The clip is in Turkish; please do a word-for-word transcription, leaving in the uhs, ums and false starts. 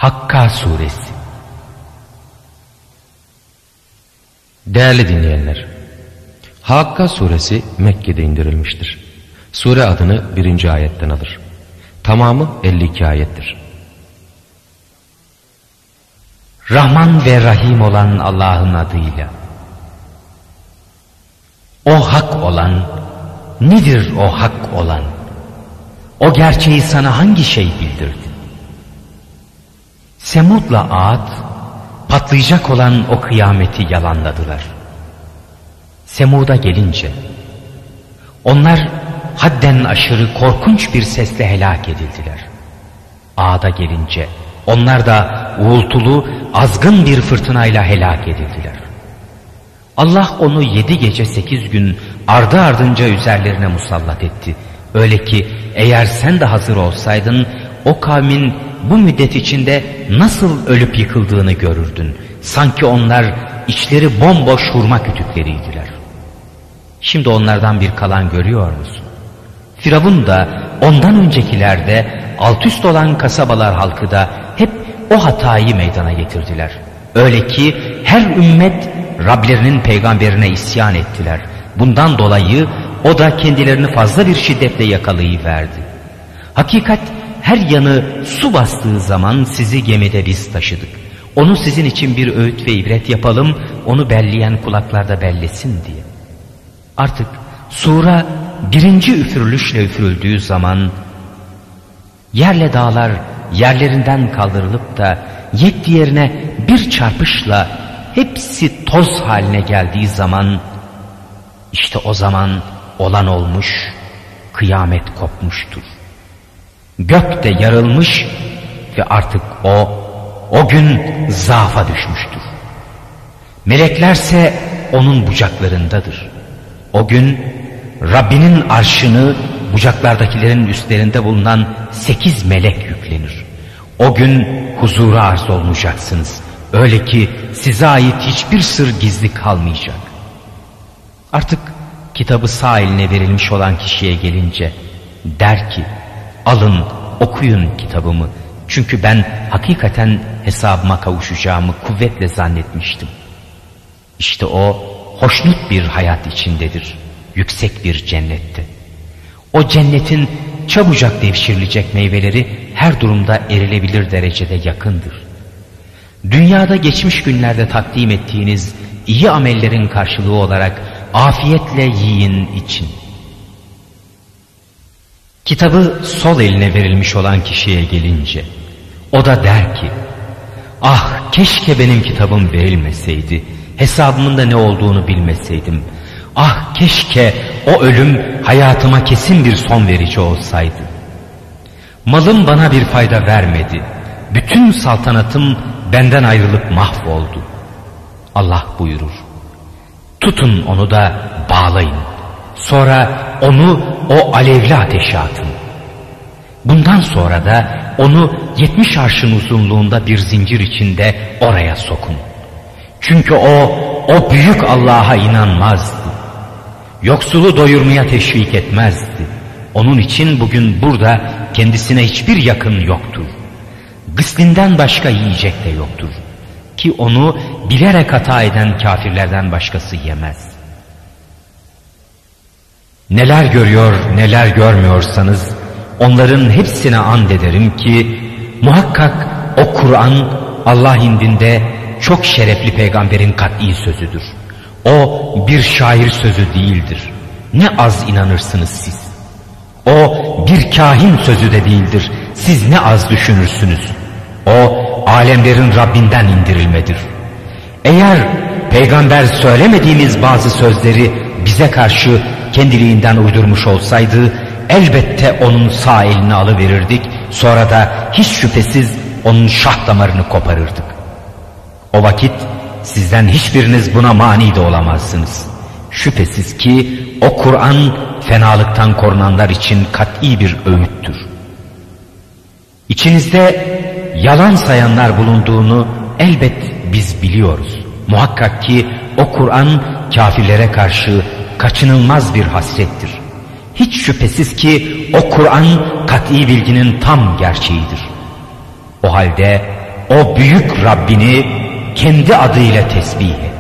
Hakka Suresi. Değerli dinleyenler, Hakka Suresi Mekke'de indirilmiştir. Sure adını birinci ayetten alır. Tamamı elli iki ayettir. Rahman ve Rahim olan Allah'ın adıyla. O hak olan, nedir o hak olan? O gerçeği sana hangi şey bildirdi? Semud'la Ad, patlayacak olan o kıyameti yalanladılar. Semud'a gelince, onlar hadden aşırı korkunç bir sesle helak edildiler. Ad'a gelince, onlar da uğultulu, azgın bir fırtınayla helak edildiler. Allah onu yedi gece sekiz gün ardı ardınca üzerlerine musallat etti. Öyle ki eğer sen de hazır olsaydın, o kavmin bu müddet içinde nasıl ölüp yıkıldığını görürdün. Sanki onlar içleri bomboş hurma kütükleriydiler. Şimdi onlardan bir kalan görüyor musun? Firavun da ondan öncekilerde alt üst olan kasabalar halkı da hep o hatayı meydana getirdiler. Öyle ki her ümmet Rablerinin peygamberine isyan ettiler. Bundan dolayı o da kendilerini fazla bir şiddetle yakalayıverdi. Hakikat her yanı su bastığı zaman sizi gemide biz taşıdık. Onu sizin için bir öğüt ve ibret yapalım, onu belleyen kulaklarda bellesin diye. Artık sura birinci üfürülüşle üfürüldüğü zaman yerle dağlar yerlerinden kaldırılıp da yek diğerine bir çarpışla hepsi toz haline geldiği zaman, işte o zaman olan olmuş, kıyamet kopmuştur. Gök de yarılmış ve artık o, o gün zaafa düşmüştür. Meleklerse onun bucaklarındadır. O gün Rabbinin arşını bucaklardakilerin üstlerinde bulunan sekiz melek yüklenir. O gün huzura arz olmayacaksınız. Öyle ki size ait hiçbir sır gizli kalmayacak. Artık kitabı sağ eline verilmiş olan kişiye gelince der ki, alın okuyun kitabımı. Çünkü ben hakikaten hesabıma kavuşacağımı kuvvetle zannetmiştim. İşte o hoşnut bir hayat içindedir. Yüksek bir cennette. O cennetin çabucak devşirilecek meyveleri her durumda erilebilir derecede yakındır. Dünyada geçmiş günlerde takdim ettiğiniz iyi amellerin karşılığı olarak afiyetle yiyin için. Kitabı sol eline verilmiş olan kişiye gelince o da der ki, ah keşke benim kitabım verilmeseydi, hesabımın da ne olduğunu bilmeseydim. Ah keşke o ölüm hayatıma kesin bir son verici olsaydı. Malım bana bir fayda vermedi. Bütün saltanatım benden ayrılıp mahvoldu. Allah buyurur, tutun onu da bağlayın. Sonra onu o alevli ateşe atın. Bundan sonra da onu yetmiş arşın uzunluğunda bir zincir içinde oraya sokun. Çünkü o, o büyük Allah'a inanmazdı. Yoksulu doyurmaya teşvik etmezdi. Onun için bugün burada kendisine hiçbir yakın yoktur. Gıslinden başka yiyecek de yoktur. Ki onu bilerek hata eden kafirlerden başkası yemez. Neler görüyor, neler görmüyorsanız onların hepsine and ederim ki muhakkak o Kur'an Allah indinde çok şerefli peygamberin kat'i sözüdür. O bir şair sözü değildir. Ne az inanırsınız siz. O bir kahin sözü de değildir. Siz ne az düşünürsünüz. O alemlerin Rabbinden indirilmedir. Eğer peygamber söylemediğimiz bazı sözleri bize karşı kendiliğinden uydurmuş olsaydı elbette onun sağ elini alıverirdik. Sonra da hiç şüphesiz onun şah damarını koparırdık. O vakit sizden hiçbiriniz buna mani de olamazsınız. Şüphesiz ki o Kur'an fenalıktan korunanlar için kat'i bir öğüttür. İçinizde yalan sayanlar bulunduğunu elbet biz biliyoruz. Muhakkak ki o Kur'an kafirlere karşı kaçınılmaz bir hasrettir. Hiç şüphesiz ki o Kur'an kat'i bilginin tam gerçeğidir. O halde o büyük Rabbini kendi adıyla tesbih et.